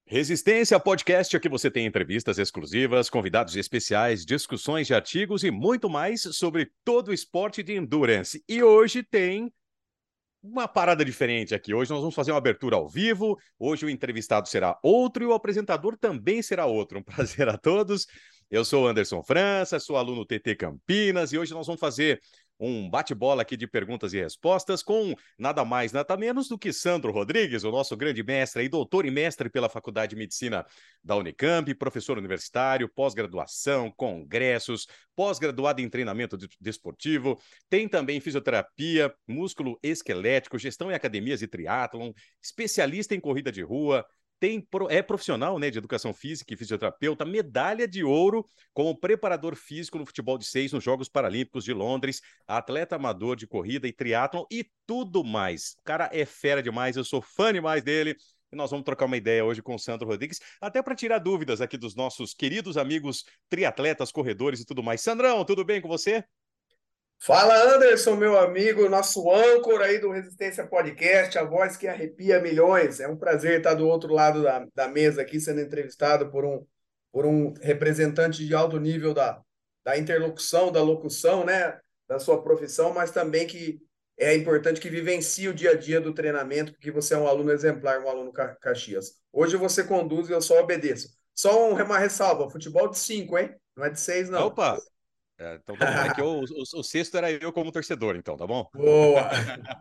Resistência Podcast, aqui você tem entrevistas exclusivas, convidados especiais, discussões de artigos e muito mais sobre todo o esporte de endurance. E hoje tem uma parada diferente aqui. Hoje nós vamos fazer uma abertura ao vivo. Hoje o entrevistado será outro e o apresentador também será outro. Um prazer a todos. Eu sou o Anderson França, sou aluno TT Campinas e hoje nós vamos fazer um bate-bola aqui de perguntas e respostas com nada mais, nada menos do que Sandro Rodrigues, o nosso grande mestre e doutor e mestre pela Faculdade de Medicina da Unicamp, professor universitário, pós-graduação, congressos, pós-graduado em treinamento desportivo, tem também fisioterapia, músculo esquelético, gestão em academias e triatlon, especialista em corrida de rua, é profissional, né, de educação física e fisioterapeuta, medalha de ouro como preparador físico no futebol de 6 nos Jogos Paralímpicos de Londres, atleta amador de corrida e triatlon e tudo mais. O cara é fera demais, eu sou fã demais dele. E nós vamos trocar uma ideia hoje com o Sandro Rodrigues, até para tirar dúvidas aqui dos nossos queridos amigos triatletas, corredores e tudo mais. Sandrão, tudo bem com você? Fala Anderson, meu amigo, nosso âncora aí do Resistência Podcast, a voz que arrepia milhões. É um prazer estar do outro lado da mesa aqui, sendo entrevistado por um representante de alto nível da interlocução, da locução, né, da sua profissão, mas também que é importante que vivencie o dia a dia do treinamento, porque você é um aluno exemplar, um aluno Caxias. Hoje você conduz e eu só obedeço. Só uma ressalva, futebol de 5, hein? Não é de 6, não. Opa! Então tá bom. É que o sexto era eu como torcedor, então, tá bom? Boa!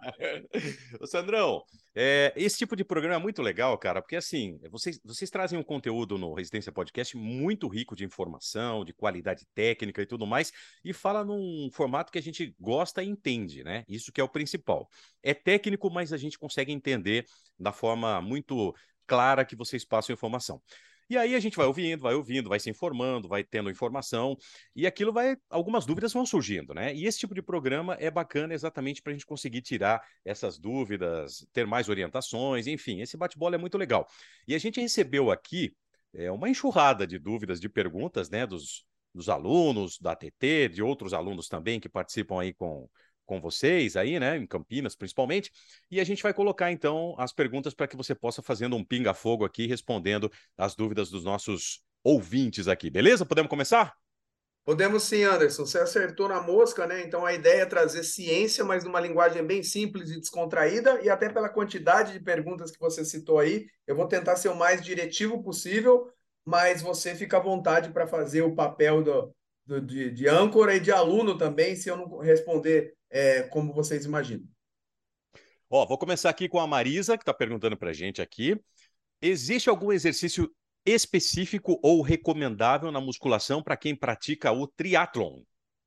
Ô, Sandrão, esse tipo de programa é muito legal, cara, porque assim, vocês trazem um conteúdo no Resistência Podcast muito rico de informação, de qualidade técnica e tudo mais, e fala num formato que a gente gosta e entende, né? Isso que é o principal. É técnico, mas a gente consegue entender da forma muito clara que vocês passam informação. E aí a gente vai ouvindo, vai se informando, vai tendo informação, e aquilo algumas dúvidas vão surgindo, né? E esse tipo de programa é bacana exatamente para a gente conseguir tirar essas dúvidas, ter mais orientações, enfim, esse bate-bola é muito legal. E a gente recebeu aqui uma enxurrada de dúvidas, de perguntas, né, dos alunos da ATT, de outros alunos também que participam aí com vocês aí, né, em Campinas principalmente, e a gente vai colocar então as perguntas para que você possa fazendo um pinga-fogo aqui, respondendo as dúvidas dos nossos ouvintes aqui, beleza? Podemos começar? Podemos sim, Anderson. Você acertou na mosca, né? Então a ideia é trazer ciência, mas numa linguagem bem simples e descontraída, e até pela quantidade de perguntas que você citou aí, eu vou tentar ser o mais diretivo possível, mas você fica à vontade para fazer o papel de âncora e de aluno também, se eu não responder como vocês imaginam. Ó, vou começar aqui com a Marisa, que está perguntando para a gente aqui. Existe algum exercício específico ou recomendável na musculação para quem pratica o triatlon?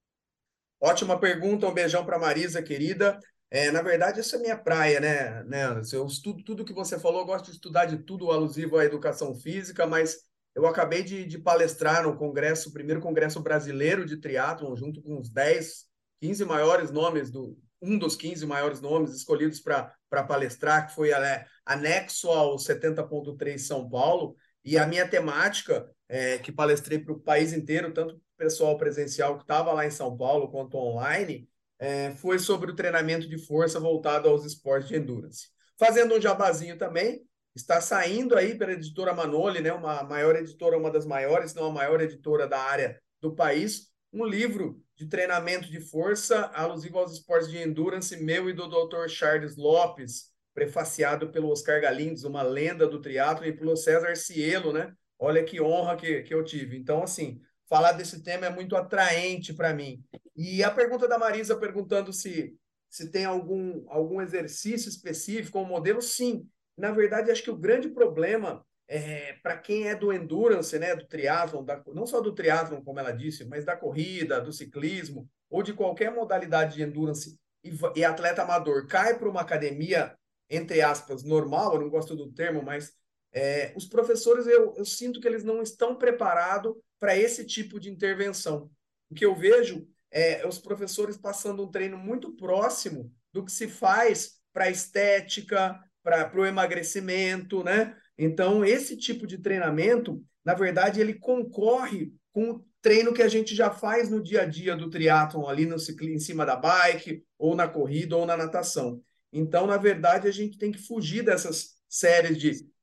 Ótima pergunta, um beijão para Marisa, querida. Na verdade, essa é minha praia, né, Anderson? Eu estudo tudo que você falou, eu gosto de estudar de tudo alusivo à educação física, mas eu acabei de palestrar no congresso, primeiro congresso brasileiro de triatlon, junto com os 10, 15 maiores nomes um dos 15 maiores nomes escolhidos para palestrar, que foi anexo ao 70.3 São Paulo, e a minha temática, que palestrei para o país inteiro, tanto pessoal presencial que estava lá em São Paulo quanto online, foi sobre o treinamento de força voltado aos esportes de endurance. Fazendo um jabazinho também, está saindo aí pela editora Manoli, né, uma maior editora, uma das maiores, se não a maior editora da área do país, um livro de treinamento de força alusivo aos esportes de endurance, meu e do Dr. Charles Lopes, prefaciado pelo Oscar Galindes, uma lenda do triatlo, e pelo César Cielo, né? Olha que honra que eu tive. Então, assim, falar desse tema é muito atraente para mim. E a pergunta da Marisa perguntando se tem algum exercício específico ou modelo, sim. Na verdade, acho que o grande problema para quem é do endurance, né, do triatlon, não só do triatlon, como ela disse, mas da corrida, do ciclismo, ou de qualquer modalidade de endurance e atleta amador, cai para uma academia, entre aspas, normal, eu não gosto do termo, mas os professores, eu sinto que eles não estão preparados para esse tipo de intervenção. O que eu vejo é os professores passando um treino muito próximo do que se faz para estética, para o emagrecimento, né? Então, esse tipo de treinamento, na verdade, ele concorre com o treino que a gente já faz no dia a dia do triatlon, ali no em cima da bike, ou na corrida, ou na natação. Então, na verdade, a gente tem que fugir dessas séries de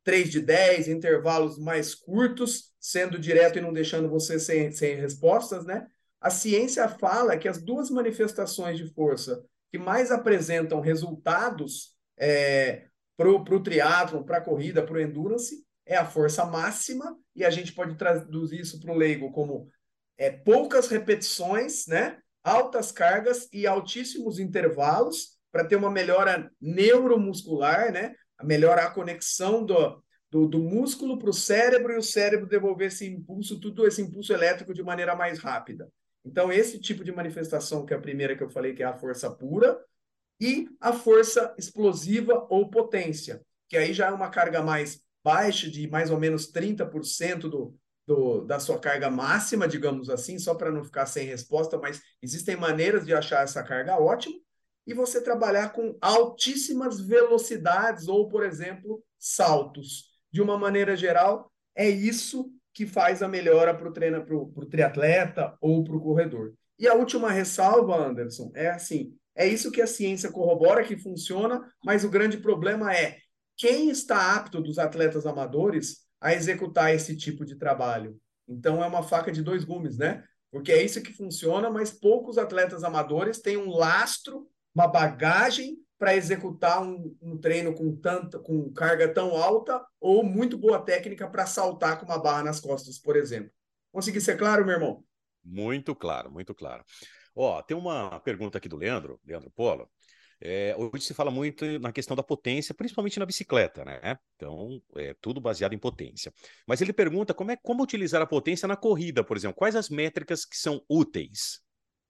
3 de 10, intervalos mais curtos, sendo direto e não deixando você sem respostas, né? A ciência fala que as duas manifestações de força que mais apresentam resultados para o triatlon, para a corrida, para o endurance, é a força máxima, e a gente pode traduzir isso para o leigo como poucas repetições, né? Altas cargas e altíssimos intervalos para ter uma melhora neuromuscular, né? A melhorar a conexão do músculo para o cérebro e o cérebro devolver esse impulso, tudo esse impulso elétrico de maneira mais rápida. Então, esse tipo de manifestação, que é a primeira que eu falei, que é a força pura, e a força explosiva ou potência, que aí já é uma carga mais baixa, de mais ou menos 30% da sua carga máxima, digamos assim, só para não ficar sem resposta, mas existem maneiras de achar essa carga ótima, e você trabalhar com altíssimas velocidades ou, por exemplo, saltos. De uma maneira geral, é isso que faz a melhora para o triatleta ou para o corredor. E a última ressalva, Anderson, é assim, é isso que a ciência corrobora que funciona, mas o grande problema é quem está apto dos atletas amadores a executar esse tipo de trabalho. Então é uma faca de dois gumes, né? Porque é isso que funciona, mas poucos atletas amadores têm um lastro, uma bagagem para executar um treino com carga tão alta ou muito boa técnica para saltar com uma barra nas costas, por exemplo. Consegui ser claro, meu irmão? Muito claro, muito claro. Ó, tem uma pergunta aqui do Leandro Polo. Hoje se fala muito na questão da potência, principalmente na bicicleta, né? Então, é tudo baseado em potência. Mas ele pergunta como utilizar a potência na corrida, por exemplo. Quais as métricas que são úteis?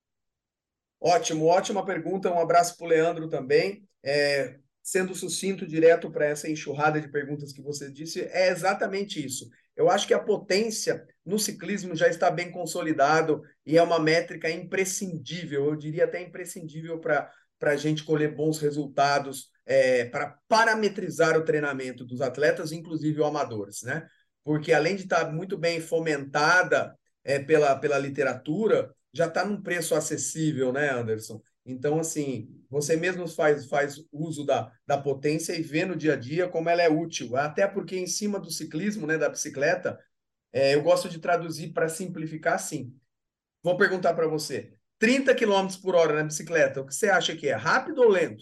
Ótimo, ótima pergunta. Um abraço para o Leandro também. Sendo sucinto, direto para essa enxurrada de perguntas que você disse, é exatamente isso. Eu acho que a potência no ciclismo já está bem consolidado e é uma métrica imprescindível, eu diria até imprescindível para a gente colher bons resultados, para parametrizar o treinamento dos atletas, inclusive os amadores, né? Porque além de estar muito bem fomentada pela literatura, já está num preço acessível, né, Anderson? Então, assim, você mesmo faz uso da potência e vê no dia a dia como ela é útil. Até porque em cima do ciclismo, né, da bicicleta, eu gosto de traduzir para simplificar assim. Vou perguntar para você. 30 quilômetros por hora na bicicleta, o que você acha que é? Rápido ou lento?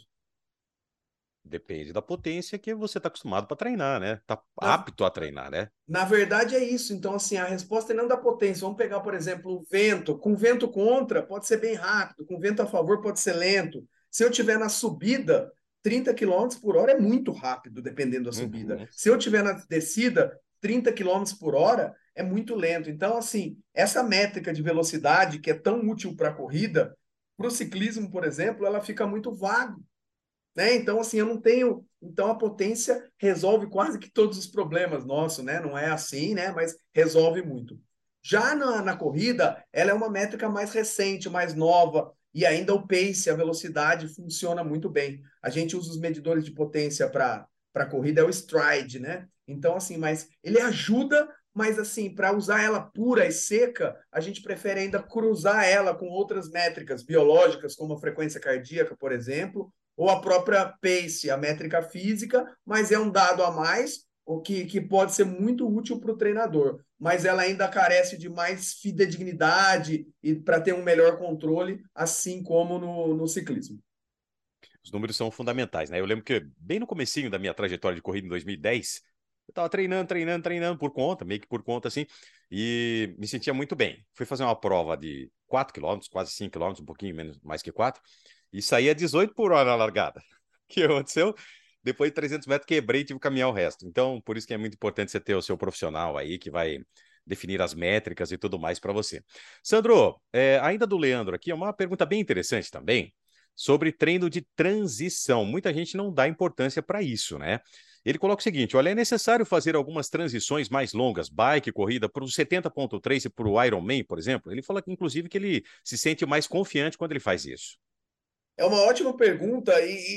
Depende da potência que você está acostumado para treinar, né? Tá Na, apto a treinar, né? Na verdade, é isso. Então, assim, a resposta é não da potência. Vamos pegar, por exemplo, o vento. Com vento contra, pode ser bem rápido. Com vento a favor, pode ser lento. Se eu tiver na subida, 30 quilômetros por hora é muito rápido, dependendo da subida. Uhum. Se eu tiver na descida, 30 quilômetros por hora é muito lento. Então, assim, essa métrica de velocidade, que é tão útil para a corrida, para o ciclismo, por exemplo, ela fica muito vaga, né? Então, assim, eu não tenho. Então, a potência resolve quase que todos os problemas nossos, né? Não é assim, né? Mas resolve muito. Já na corrida, ela é uma métrica mais recente, mais nova, e ainda o pace, a velocidade, funciona muito bem. A gente usa os medidores de potência para corrida, é o stride, né? Então, assim, mas ele ajuda, mas assim, para usar ela pura e seca, a gente prefere ainda cruzar ela com outras métricas biológicas, como a frequência cardíaca, por exemplo, ou a própria pace, a métrica física, mas é um dado a mais, o que pode ser muito útil para o treinador, mas ela ainda carece de mais fidedignidade e para ter um melhor controle, assim como no ciclismo. Os números são fundamentais, né? Eu lembro que bem no comecinho da minha trajetória de corrida em 2010, eu tava treinando por conta, meio que por conta assim, e me sentia muito bem. Fui fazer uma prova de 4 quilômetros, quase 5 quilômetros, um pouquinho menos, mais que 4, e saía 18 por hora na largada. O que aconteceu? Depois de 300 metros, quebrei e tive que caminhar o resto. Então, por isso que é muito importante você ter o seu profissional aí que vai definir as métricas e tudo mais para você. Sandro, ainda do Leandro aqui, é uma pergunta bem interessante também sobre treino de transição. Muita gente não dá importância para isso, né? Ele coloca o seguinte: olha, é necessário fazer algumas transições mais longas, bike, corrida, para o 70.3 e para o Ironman, por exemplo. Ele fala que, inclusive, que ele se sente mais confiante quando ele faz isso. É uma ótima pergunta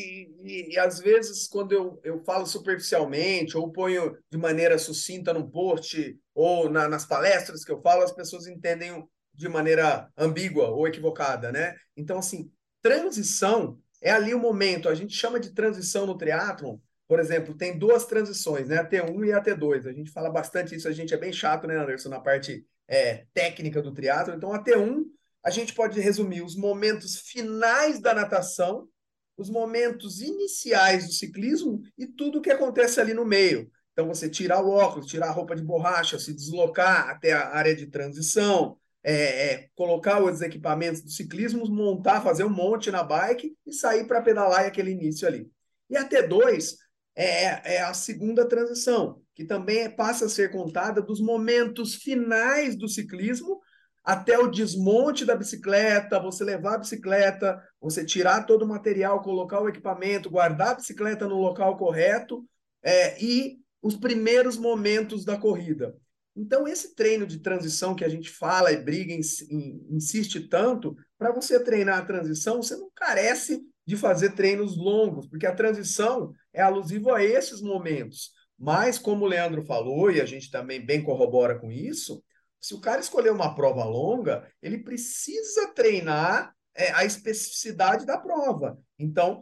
e às vezes quando eu falo superficialmente ou ponho de maneira sucinta no post ou nas palestras que eu falo, as pessoas entendem de maneira ambígua ou equivocada, né? Então, assim, transição é ali o momento, a gente chama de transição no triatlon, por exemplo, tem duas transições, né? A T1 e a T2. A gente fala bastante isso, a gente é bem chato, né, Anderson, na parte técnica do triatlo. Então, a T1, a gente pode resumir os momentos finais da natação, os momentos iniciais do ciclismo e tudo o que acontece ali no meio. Então, você tirar o óculos, tirar a roupa de borracha, se deslocar até a área de transição, colocar os equipamentos do ciclismo, montar, fazer um monte na bike e sair para pedalar e aquele início ali. E a T2 é a segunda transição, que também passa a ser contada dos momentos finais do ciclismo até o desmonte da bicicleta, você levar a bicicleta, você tirar todo o material, colocar o equipamento, guardar a bicicleta no local correto, e os primeiros momentos da corrida. Então, esse treino de transição que a gente fala e briga, insiste tanto, para você treinar a transição, você não carece de fazer treinos longos, porque a transição é alusiva a esses momentos. Mas, como o Leandro falou, e a gente também bem corrobora com isso, se o cara escolher uma prova longa, ele precisa treinar a especificidade da prova. Então,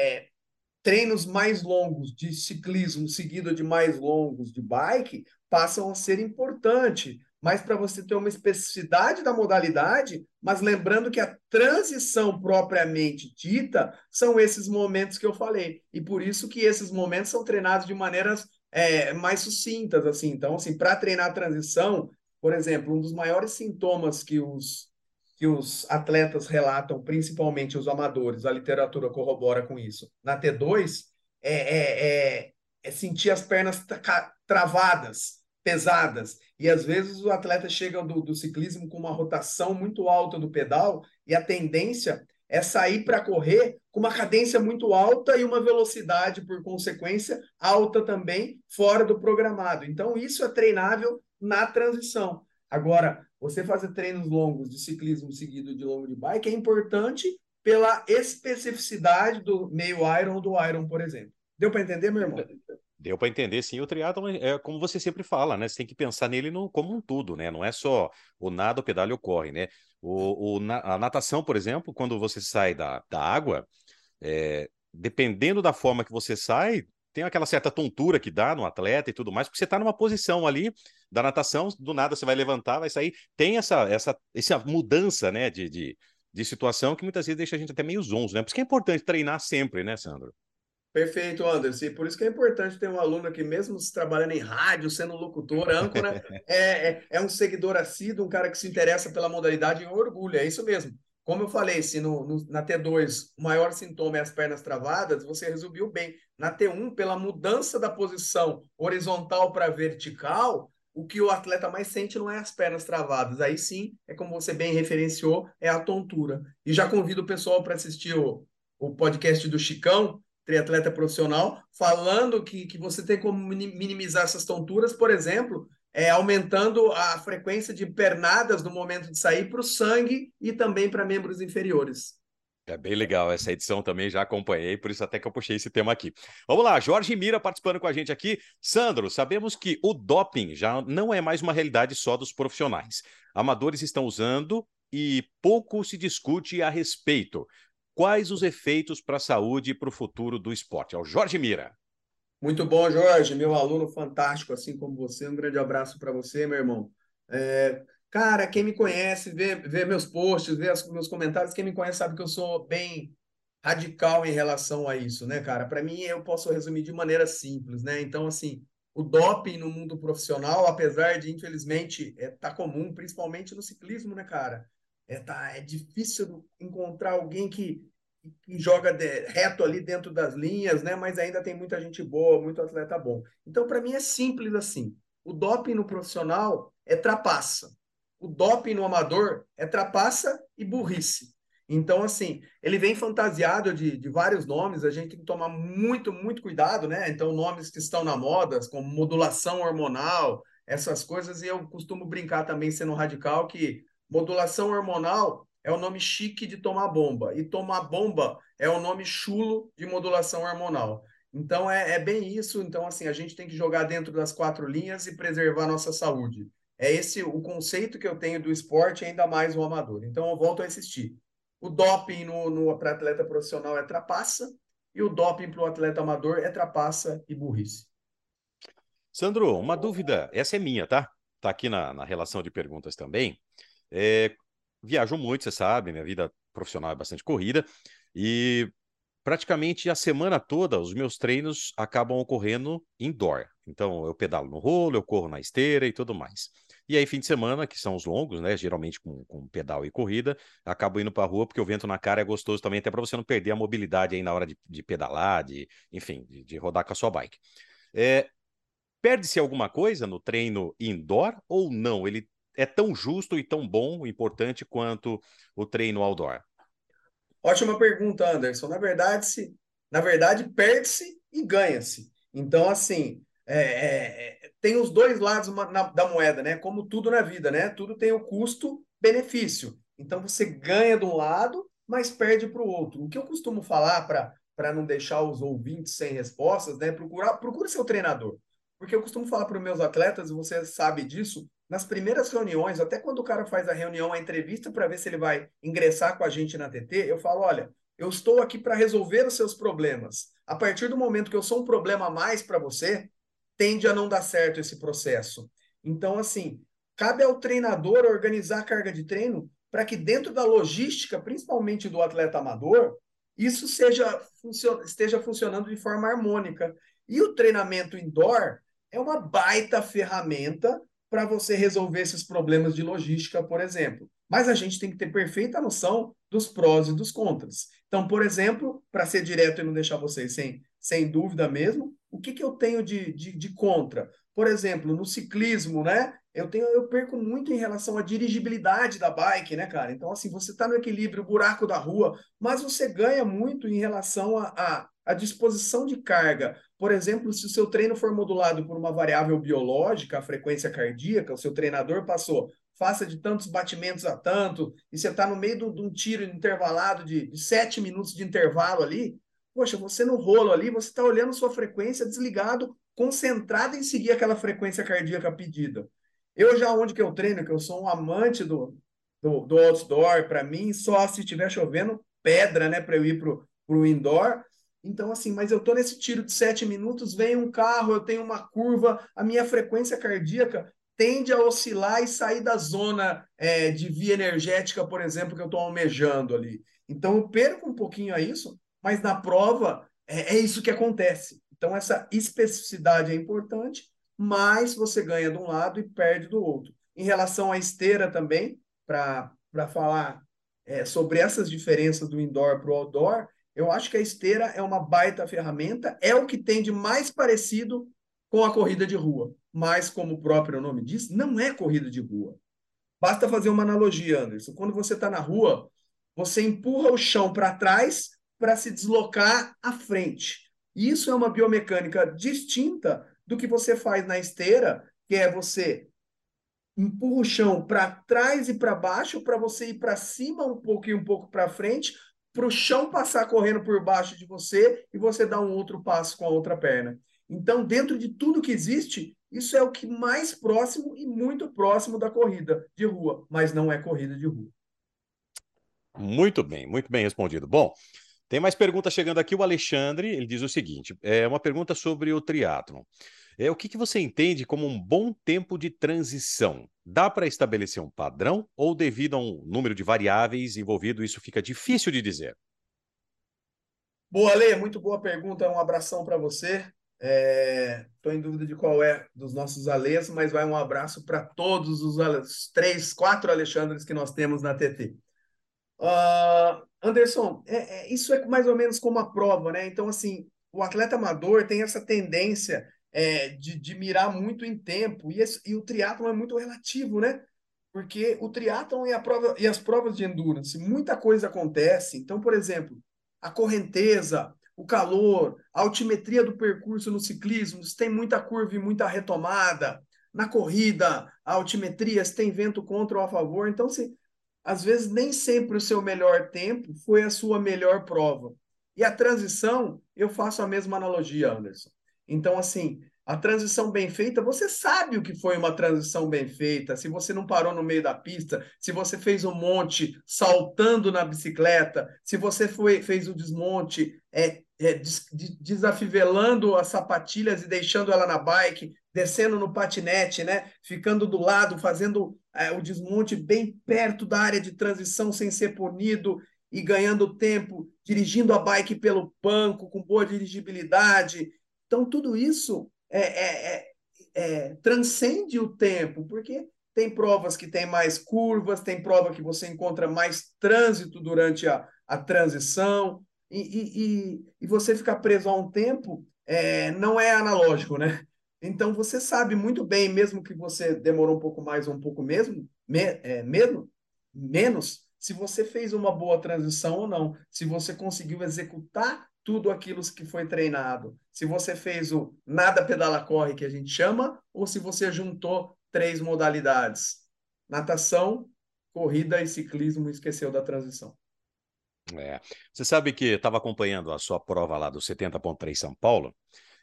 treinos mais longos de ciclismo seguido de mais longos de bike passam a ser importante, mas para você ter uma especificidade da modalidade, mas lembrando que a transição propriamente dita são esses momentos que eu falei, e por isso que esses momentos são treinados de maneiras mais sucintas, assim. Então, assim, para treinar a transição, por exemplo, um dos maiores sintomas que os atletas relatam, principalmente os amadores, a literatura corrobora com isso. Na T2, é, é, é sentir as pernas travadas, pesadas. E às vezes o atleta chega do ciclismo com uma rotação muito alta do pedal e a tendência é sair para correr com uma cadência muito alta e uma velocidade, por consequência, alta também, fora do programado. Então, isso é treinável na transição. Agora, você fazer treinos longos de ciclismo seguido de longo de bike é importante pela especificidade do meio Iron ou do Iron, por exemplo. Deu para entender, meu irmão? Deu para entender, sim. O triatlon é como você sempre fala, né? Você tem que pensar nele como um tudo, né? Não é só o nado, o pedal e o corre, né? A natação, por exemplo, quando você sai da água, dependendo da forma que você sai, tem aquela certa tontura que dá no atleta e tudo mais, porque você está numa posição ali da natação, do nada você vai levantar, vai sair. Tem essa mudança, né, de situação que muitas vezes deixa a gente até meio zonzo, né? Por isso que é importante treinar sempre, né, Sandro? Perfeito, Anderson. E por isso que é importante ter um aluno aqui, mesmo se trabalhando em rádio, sendo locutor, âncora, é um seguidor assíduo, um cara que se interessa pela modalidade e um orgulho. É isso mesmo. Como eu falei, se na T2 o maior sintoma é as pernas travadas, você resumiu bem. Na T1, pela mudança da posição horizontal para vertical, o que o atleta mais sente não é as pernas travadas. Aí sim, é como você bem referenciou, é a tontura. E já convido o pessoal para assistir o podcast do Chicão, triatleta profissional, falando que você tem como minimizar essas tonturas, por exemplo, aumentando a frequência de pernadas no momento de sair para o sangue e também para membros inferiores. É bem legal, essa edição também já acompanhei, por isso até que eu puxei esse tema aqui. Vamos lá, Jorge Mira participando com a gente aqui. Sandro, sabemos que o doping já não é mais uma realidade só dos profissionais. Amadores estão usando e pouco se discute a respeito. Quais os efeitos para a saúde e para o futuro do esporte? É o Jorge Mira. Muito bom, Jorge, meu aluno fantástico, assim como você. Um grande abraço para você, meu irmão. Cara, quem me conhece, vê meus posts, vê meus comentários, quem me conhece sabe que eu sou bem radical em relação a isso, né, cara? Para mim, eu posso resumir de maneira simples, né? Então, assim, o doping no mundo profissional, apesar de, infelizmente, tá comum, principalmente no ciclismo, né, cara? É difícil encontrar alguém que joga reto ali dentro das linhas, né? Mas ainda tem muita gente boa, muito atleta bom. Então, para mim, é simples assim. O doping no profissional é trapaça. O doping no amador é trapaça e burrice. Então, assim, ele vem fantasiado de vários nomes, a gente tem que tomar muito, muito cuidado, né? Então, nomes que estão na moda, como modulação hormonal, essas coisas, e eu costumo brincar também, sendo radical, que modulação hormonal é o nome chique de tomar bomba, e tomar bomba é o nome chulo de modulação hormonal. Então, é bem isso. Então, assim, a gente tem que jogar dentro das quatro linhas e preservar a nossa saúde. É esse o conceito que eu tenho do esporte, ainda mais o amador. Então, eu volto a insistir. O doping para atleta profissional é trapaça, e o doping para o atleta amador é trapaça e burrice. Sandro, uma dúvida, essa é minha, tá? Tá aqui na relação de perguntas também. É, viajo muito, você sabe, minha vida profissional é bastante corrida e praticamente a semana toda os meus treinos acabam ocorrendo indoor. Então eu pedalo no rolo, eu corro na esteira e tudo mais. E aí, fim de semana, que são os longos, né? Geralmente com pedal e corrida, acabo indo pra rua porque o vento na cara é gostoso também, até para você não perder a mobilidade aí na hora de pedalar, enfim, de rodar com a sua bike. É, perde-se alguma coisa no treino indoor ou não? Ele é tão justo e tão bom, importante quanto o treino outdoor? Ótima pergunta, Anderson. Na verdade, perde-se e ganha-se. Então, assim, tem os dois lados da moeda, né? Como tudo na vida, né? Tudo tem o custo-benefício. Então, você ganha de um lado, mas perde para o outro. O que eu costumo falar para não deixar os ouvintes sem respostas, né? Procura seu treinador. Porque eu costumo falar para os meus atletas, e você sabe disso, nas primeiras reuniões, até quando o cara faz a reunião, a entrevista para ver se ele vai ingressar com a gente na TT, eu falo: olha, eu estou aqui para resolver os seus problemas. A partir do momento que eu sou um problema a mais para você, tende a não dar certo esse processo. Então, assim, cabe ao treinador organizar a carga de treino para que dentro da logística, principalmente do atleta amador, isso esteja funcionando de forma harmônica. E o treinamento indoor é uma baita ferramenta para você resolver esses problemas de logística, por exemplo. Mas a gente tem que ter perfeita noção dos prós e dos contras. Então, por exemplo, para ser direto e não deixar vocês sem dúvida mesmo, o que eu tenho de contra? Por exemplo, no ciclismo, né? Eu perco muito em relação à dirigibilidade da bike, né, cara? Então, assim, você está no equilíbrio, buraco da rua, mas você ganha muito em relação à disposição de carga. Por exemplo, se o seu treino for modulado por uma variável biológica, a frequência cardíaca, o seu treinador passou, faça de tantos batimentos a tanto, e você está no meio de um tiro intervalado de 7 minutos de intervalo ali, poxa, você no rolo ali, você está olhando sua frequência desligado, concentrado em seguir aquela frequência cardíaca pedida. Eu já onde que eu treino, que eu sou um amante do outdoor, para mim, só se estiver chovendo pedra, né, para eu ir pro indoor. Então, assim, mas eu tô nesse tiro de 7 minutos, vem um carro, eu tenho uma curva, a minha frequência cardíaca tende a oscilar e sair da zona de via energética, por exemplo, que eu estou almejando ali. Então, eu perco um pouquinho a isso, mas na prova é isso que acontece. Então, essa especificidade é importante, mas você ganha de um lado e perde do outro. Em relação à esteira também, para falar sobre essas diferenças do indoor para o outdoor, eu acho que a esteira é uma baita ferramenta, é o que tem de mais parecido com a corrida de rua. Mas, como o próprio nome diz, não é corrida de rua. Basta fazer uma analogia, Anderson. Quando você está na rua, você empurra o chão para trás para se deslocar à frente. Isso é uma biomecânica distinta do que você faz na esteira, que é você empurra o chão para trás e para baixo para você ir para cima um pouco e um pouco para frente, para o chão passar correndo por baixo de você e você dar um outro passo com a outra perna. Então, dentro de tudo que existe, isso é o que mais próximo e muito próximo da corrida de rua, mas não é corrida de rua. Muito bem respondido. Bom, tem mais perguntas chegando aqui. O Alexandre, ele diz o seguinte: é uma pergunta sobre o triatlon. O que que você entende como um bom tempo de transição? Dá para estabelecer um padrão ou devido a um número de variáveis envolvido, isso fica difícil de dizer? Boa, Lê, muito boa pergunta. Um abração para você. Estou em dúvida de qual é dos nossos Alês, mas vai um abraço para todos os três, quatro Alexandres que nós temos na TT. Anderson, isso é mais ou menos como a prova, né? Então, assim, o atleta amador tem essa tendência de mirar muito em tempo, e o triatlon é muito relativo, né? Porque o triatlon e as provas de endurance, muita coisa acontece. Então, por exemplo, a correnteza, o calor, a altimetria do percurso no ciclismo, se tem muita curva e muita retomada. Na corrida, a altimetria, se tem vento contra ou a favor. Então, se às vezes nem sempre o seu melhor tempo foi a sua melhor prova. E a transição, eu faço a mesma analogia, Anderson. Então, assim, A transição bem feita, você sabe o que foi uma transição bem feita. Se você não parou no meio da pista, se você fez um monte saltando na bicicleta, se você fez o desmonte desafivelando as sapatilhas e deixando ela na bike, descendo no patinete, né? Ficando do lado, fazendo o desmonte bem perto da área de transição sem ser punido e ganhando tempo, dirigindo a bike pelo banco com boa dirigibilidade. Então, tudo isso transcende o tempo, porque tem provas que tem mais curvas, tem prova que você encontra mais trânsito durante a transição, e você ficar preso a um tempo não é analógico, né? Então você sabe muito bem, mesmo que você demorou um pouco mais ou um pouco menos, se você fez uma boa transição ou não, se você conseguiu executar tudo aquilo que foi treinado, se você fez o nada pedala corre que a gente chama, ou se você juntou três modalidades: natação, corrida e ciclismo, e esqueceu da transição. Você sabe que eu estava acompanhando a sua prova lá do 70.3 São Paulo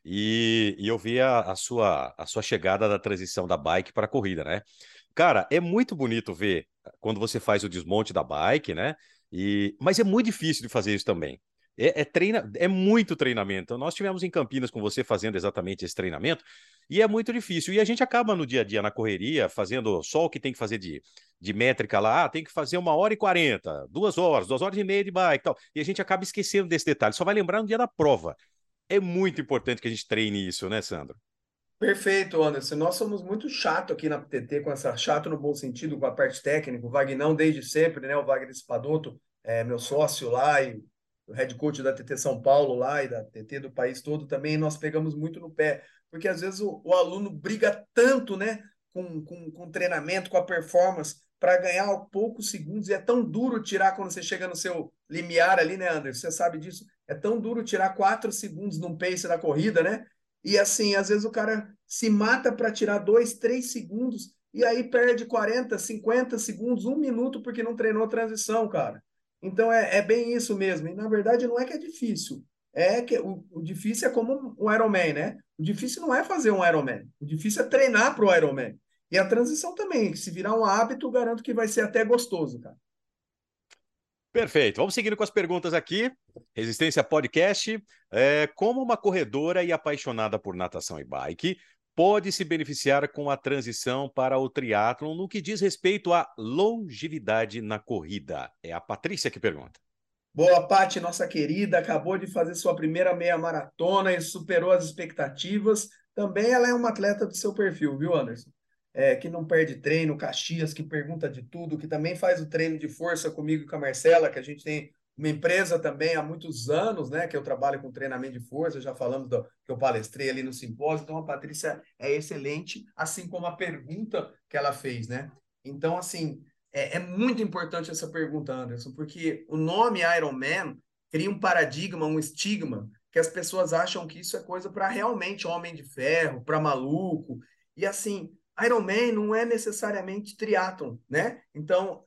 e eu vi a sua chegada da transição da bike para a corrida, né? Cara, é muito bonito ver quando você faz o desmonte da bike, né? Mas é muito difícil de fazer isso também. É muito treinamento. Então, nós tivemos em Campinas com você fazendo exatamente esse treinamento e é muito difícil. E a gente acaba no dia a dia, na correria, fazendo só o que tem que fazer de métrica lá. Tem que fazer 1h40, 2 horas, 2 horas e meia de bike e tal. E a gente acaba esquecendo desse detalhe. Só vai lembrar no dia da prova. É muito importante que a gente treine isso, né, Sandro? Perfeito, Anderson. Nós somos muito chato aqui na TT, com essa chato no bom sentido, com a parte técnica. O Vagnão, desde sempre, né? O Wagner Espadoto, meu sócio lá e o head coach da TT São Paulo lá e da TT do país todo também. Nós pegamos muito no pé, porque às vezes o aluno briga tanto, né? Com o treinamento, com a performance, para ganhar poucos segundos. E é tão duro tirar quando você chega no seu limiar ali, né, Anderson? Você sabe disso. É tão duro tirar 4 segundos num pace da corrida, né? E assim, às vezes o cara se mata para tirar 2, 3 segundos e aí perde 40, 50 segundos, 1 minuto, porque não treinou a transição, cara. Então é bem isso mesmo. E na verdade não é que é difícil. É que o difícil é como um Ironman, né? O difícil não é fazer um Ironman. O difícil é treinar para o Ironman. E a transição também, que se virar um hábito, garanto que vai ser até gostoso, cara. Perfeito. Vamos seguindo com as perguntas aqui. Resistência Podcast. Como uma corredora e apaixonada por natação e bike pode se beneficiar com a transição para o triatlon no que diz respeito à longevidade na corrida? É a Patrícia que pergunta. Boa, Paty, nossa querida, acabou de fazer sua primeira meia maratona e superou as expectativas. Também ela é uma atleta do seu perfil, viu, Anderson? Que não perde treino, Caxias, que pergunta de tudo, que também faz o treino de força comigo e com a Marcela, que a gente tem uma empresa também há muitos anos, né? Que eu trabalho com treinamento de força, já falamos que eu palestrei ali no simpósio. Então, a Patrícia é excelente, assim como a pergunta que ela fez, né? Então, assim, é muito importante essa pergunta, Anderson, porque o nome Iron Man cria um paradigma, um estigma, que as pessoas acham que isso é coisa para realmente homem de ferro, para maluco. E assim, Iron Man não é necessariamente triatlon, né? Então,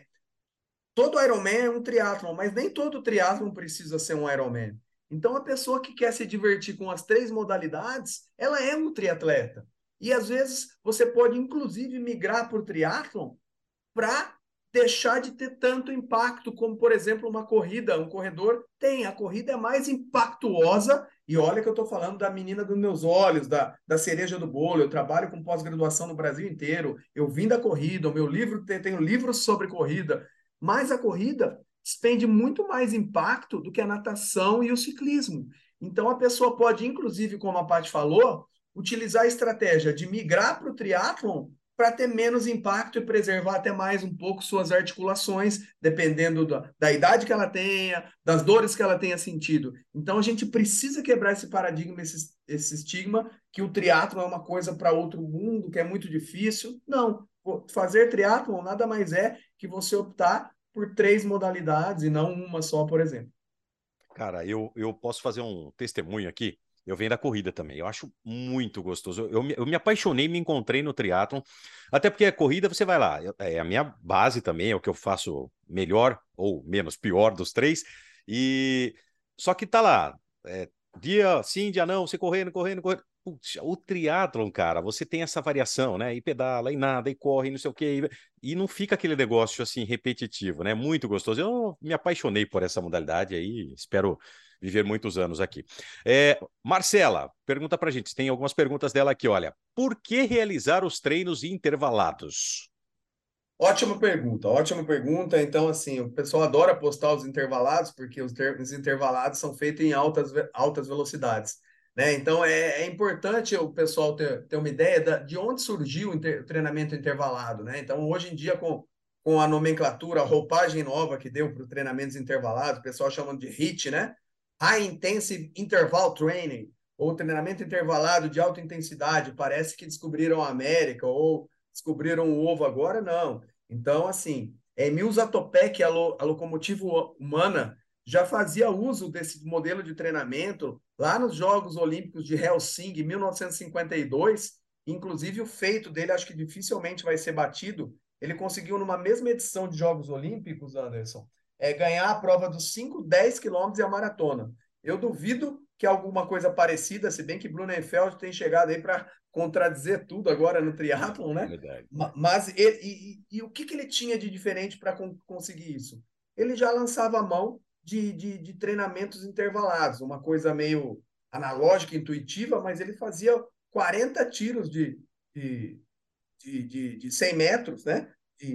todo Iron Man é um triatlon, mas nem todo triatlon precisa ser um Iron Man. Então, a pessoa que quer se divertir com as três modalidades, ela é um triatleta. E às vezes você pode, inclusive, migrar para o triatlon para deixar de ter tanto impacto como, por exemplo, uma corrida, um corredor tem. A corrida é mais impactuosa, e olha que eu estou falando da menina dos meus olhos, da cereja do bolo. Eu trabalho com pós-graduação no Brasil inteiro, eu vim da corrida, o meu livro tenho livros sobre corrida, mas a corrida expende muito mais impacto do que a natação e o ciclismo. Então a pessoa pode, inclusive, como a Paty falou, utilizar a estratégia de migrar para o triatlon para ter menos impacto e preservar até mais um pouco suas articulações, dependendo da idade que ela tenha, das dores que ela tenha sentido. Então a gente precisa quebrar esse paradigma, esse estigma que o triatlo é uma coisa para outro mundo, que é muito difícil. Não, fazer triatlo nada mais é que você optar por três modalidades e não uma só, por exemplo. Cara, eu posso fazer um testemunho aqui. Eu venho da corrida também. Eu acho muito gostoso. Eu me apaixonei, me encontrei no triatlon. Até porque a corrida, você vai lá. É a minha base também, é o que eu faço melhor ou menos pior dos três. E só que tá lá. Dia sim, dia não, você correndo, correndo, correndo. puxa, o triatlon, cara, você tem essa variação, né? E pedala, e nada, e corre, e não sei o quê. E não fica aquele negócio assim repetitivo, né? Muito gostoso. Eu me apaixonei por essa modalidade aí, espero viver muitos anos aqui. Marcela, pergunta pra gente. Tem algumas perguntas dela aqui, olha. Por que realizar os treinos intervalados? Ótima pergunta, ótima pergunta. Então, assim, o pessoal adora postar os intervalados, porque os intervalados são feitos em altas velocidades, né? Então, é importante o pessoal ter uma ideia de onde surgiu o treinamento intervalado, né? Então, hoje em dia, com a nomenclatura, a roupagem nova que deu para os treinamentos intervalados, o pessoal chama de HIIT, né? High Intensive Interval Training, ou treinamento intervalado de alta intensidade. Parece que descobriram a América, ou descobriram o ovo agora, não. Então, assim, Emil Zatopek, a locomotiva humana, já fazia uso desse modelo de treinamento lá nos Jogos Olímpicos de Helsinki, em 1952. Inclusive, o feito dele, acho que dificilmente vai ser batido. Ele conseguiu, numa mesma edição de Jogos Olímpicos, Anderson, ganhar a prova dos 5, 10 quilômetros e a maratona. Eu duvido que alguma coisa parecida, se bem que Blummenfelt tem chegado aí para contradizer tudo agora no triatlon, né? Verdade. Mas e o que ele tinha de diferente para conseguir isso? Ele já lançava a mão de treinamentos intervalados, uma coisa meio analógica, intuitiva, mas ele fazia 40 tiros de, de 100 metros, né?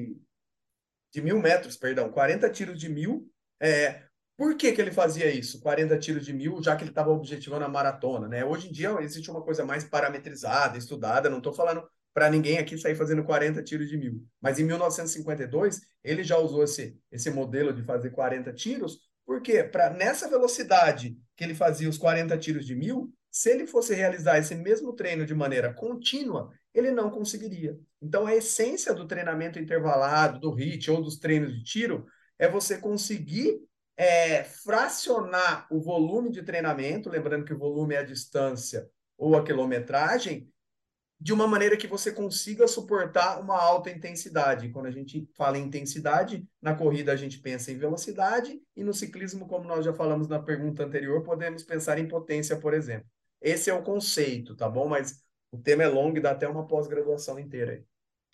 De 1.000 metros, perdão, 40 tiros de 1.000. Por que ele fazia isso? 40 tiros de 1.000, já que ele estava objetivando a maratona, né? Hoje em dia existe uma coisa mais parametrizada, estudada, não estou falando para ninguém aqui sair fazendo 40 tiros de 1.000. Mas em 1952, ele já usou esse modelo de fazer 40 tiros, porque nessa velocidade que ele fazia os 40 tiros de 1.000, se ele fosse realizar esse mesmo treino de maneira contínua, ele não conseguiria. Então, a essência do treinamento intervalado, do HIIT ou dos treinos de tiro é você conseguir fracionar o volume de treinamento, lembrando que o volume é a distância ou a quilometragem, de uma maneira que você consiga suportar uma alta intensidade. Quando a gente fala em intensidade, na corrida a gente pensa em velocidade e no ciclismo, como nós já falamos na pergunta anterior, podemos pensar em potência, por exemplo. Esse é o conceito, tá bom? Mas o tema é longo e dá até uma pós-graduação inteira aí.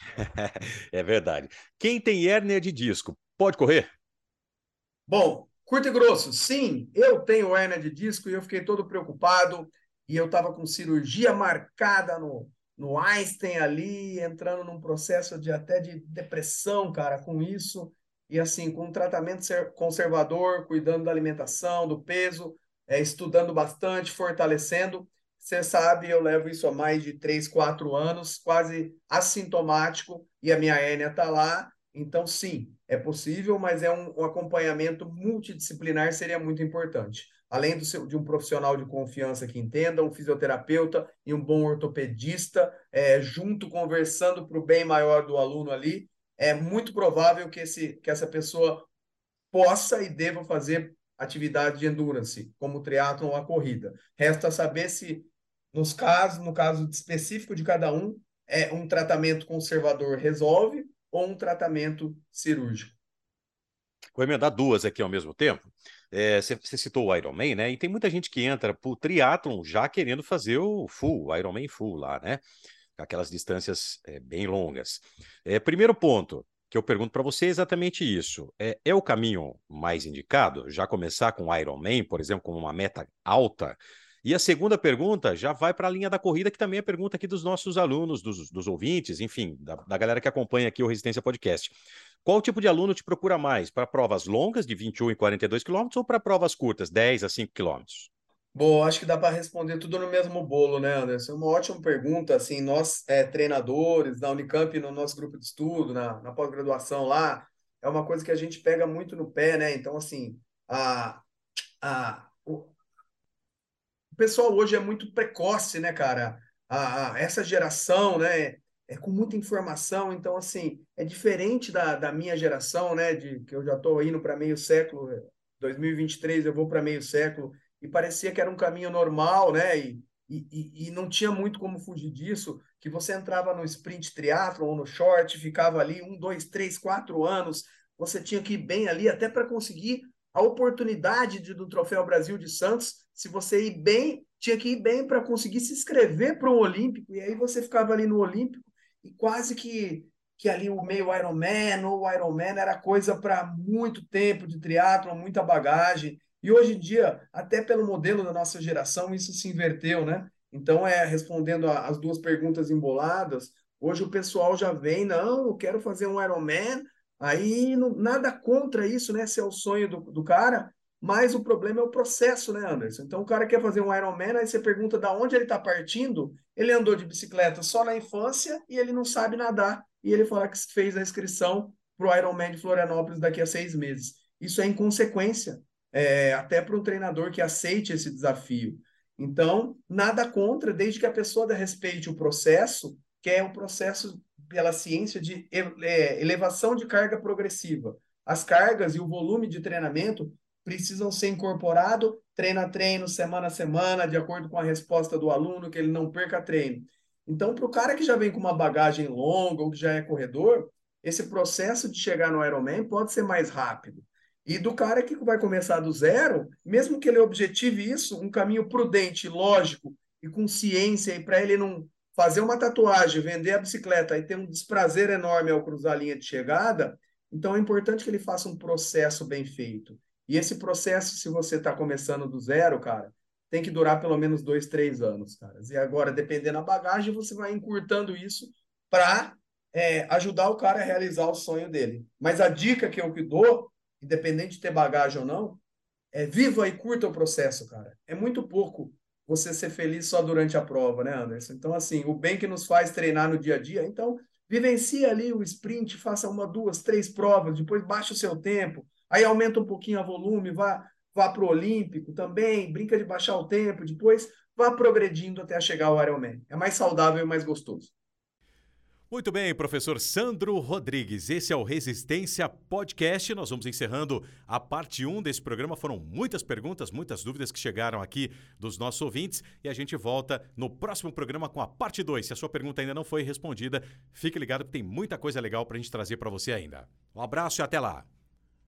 É verdade. Quem tem hérnia de disco, pode correr? Bom, curto e grosso, sim, eu tenho hérnia de disco e eu fiquei todo preocupado e eu estava com cirurgia marcada no Einstein ali, entrando num processo até de depressão, cara, com isso. E assim, com um tratamento conservador, cuidando da alimentação, do peso, estudando bastante, fortalecendo. Você sabe, eu levo isso há mais de 3, 4 anos, quase assintomático, e a minha hérnia está lá. Então, sim, é possível, mas um acompanhamento multidisciplinar seria muito importante. Além de um profissional de confiança que entenda, um fisioterapeuta e um bom ortopedista, junto conversando para o bem maior do aluno ali, é muito provável que essa pessoa possa e deva fazer atividade de endurance, como o triatlon ou a corrida. Resta saber se, no caso específico de cada um, um tratamento conservador resolve ou um tratamento cirúrgico. Vou emendar duas aqui ao mesmo tempo. Você citou o Ironman, né? E tem muita gente que entra pro triatlon já querendo fazer o full, o Ironman full lá, né? Aquelas distâncias bem longas. Primeiro ponto que eu pergunto para você é exatamente isso. É o caminho mais indicado? Já começar com o Ironman, por exemplo, com uma meta alta? E a segunda pergunta já vai para a linha da corrida, que também é pergunta aqui dos nossos alunos, dos ouvintes, enfim, da galera que acompanha aqui o Resistência Podcast. Qual tipo de aluno te procura mais? Para provas longas, de 21 e 42 quilômetros, ou para provas curtas, 10 a 5 quilômetros? Bom, acho que dá para responder tudo no mesmo bolo, né, Anderson? É uma ótima pergunta. Assim, nós, treinadores da Unicamp, no nosso grupo de estudo, na pós-graduação lá, é uma coisa que a gente pega muito no pé, né? Então, assim, o pessoal hoje é muito precoce, né, cara? Essa geração, né, com muita informação. Então, assim, é diferente da minha geração, né, que eu já estou indo para meio século, 2023 eu vou para meio século, e parecia que era um caminho normal, né, e não tinha muito como fugir disso, que você entrava no sprint triathlon ou no short, ficava ali 1, 2, 3, 4 anos, você tinha que ir bem ali até para conseguir a oportunidade do Troféu Brasil de Santos, se você ir bem tinha que ir bem para conseguir se inscrever para o Olímpico, e aí você ficava ali no Olímpico e quase que ali o meio Ironman ou o Ironman era coisa para muito tempo de triatlon, muita bagagem. E hoje em dia, até pelo modelo da nossa geração, isso se inverteu, né? Então, respondendo as duas perguntas emboladas, hoje o pessoal já vem, não, eu quero fazer um Ironman, aí nada contra isso, né? Se é o sonho do cara, mas o problema é o processo, né, Anderson? Então, o cara quer fazer um Ironman, aí você pergunta de onde ele está partindo, ele andou de bicicleta só na infância e ele não sabe nadar, e ele fala que fez a inscrição para o Ironman de Florianópolis daqui a 6 meses. Isso é inconsequência, até para um treinador que aceite esse desafio. Então, nada contra, desde que a pessoa respeite o processo, que é o processo pela ciência de elevação de carga progressiva. As cargas e o volume de treinamento precisam ser incorporados treino a treino, semana a semana, de acordo com a resposta do aluno, que ele não perca treino. Então, para o cara que já vem com uma bagagem longa ou que já é corredor, esse processo de chegar no Ironman pode ser mais rápido. E do cara que vai começar do zero, mesmo que ele objetive isso, um caminho prudente, lógico e com ciência, e para ele não fazer uma tatuagem, vender a bicicleta e ter um desprazer enorme ao cruzar a linha de chegada, então é importante que ele faça um processo bem feito. E esse processo, se você está começando do zero, cara, tem que durar pelo menos 2, 3 anos, cara. E agora, dependendo da bagagem, você vai encurtando isso para ajudar o cara a realizar o sonho dele. Mas a dica que eu dou, independente de ter bagagem ou não, viva e curta o processo, cara. É muito pouco você ser feliz só durante a prova, né, Anderson? Então, assim, o bem que nos faz treinar no dia a dia, então, vivencie ali o sprint, faça 1, 2, 3 provas, depois baixa o seu tempo, aí aumenta um pouquinho a volume, vá para o Olímpico também, brinca de baixar o tempo, depois vá progredindo até chegar ao Ironman. É mais saudável e mais gostoso. Muito bem, professor Sandro Rodrigues. Esse é o Resistência Podcast. Nós vamos encerrando a parte 1 desse programa. Foram muitas perguntas, muitas dúvidas que chegaram aqui dos nossos ouvintes. E a gente volta no próximo programa com a parte 2. Se a sua pergunta ainda não foi respondida, fique ligado que tem muita coisa legal para a gente trazer para você ainda. Um abraço e até lá.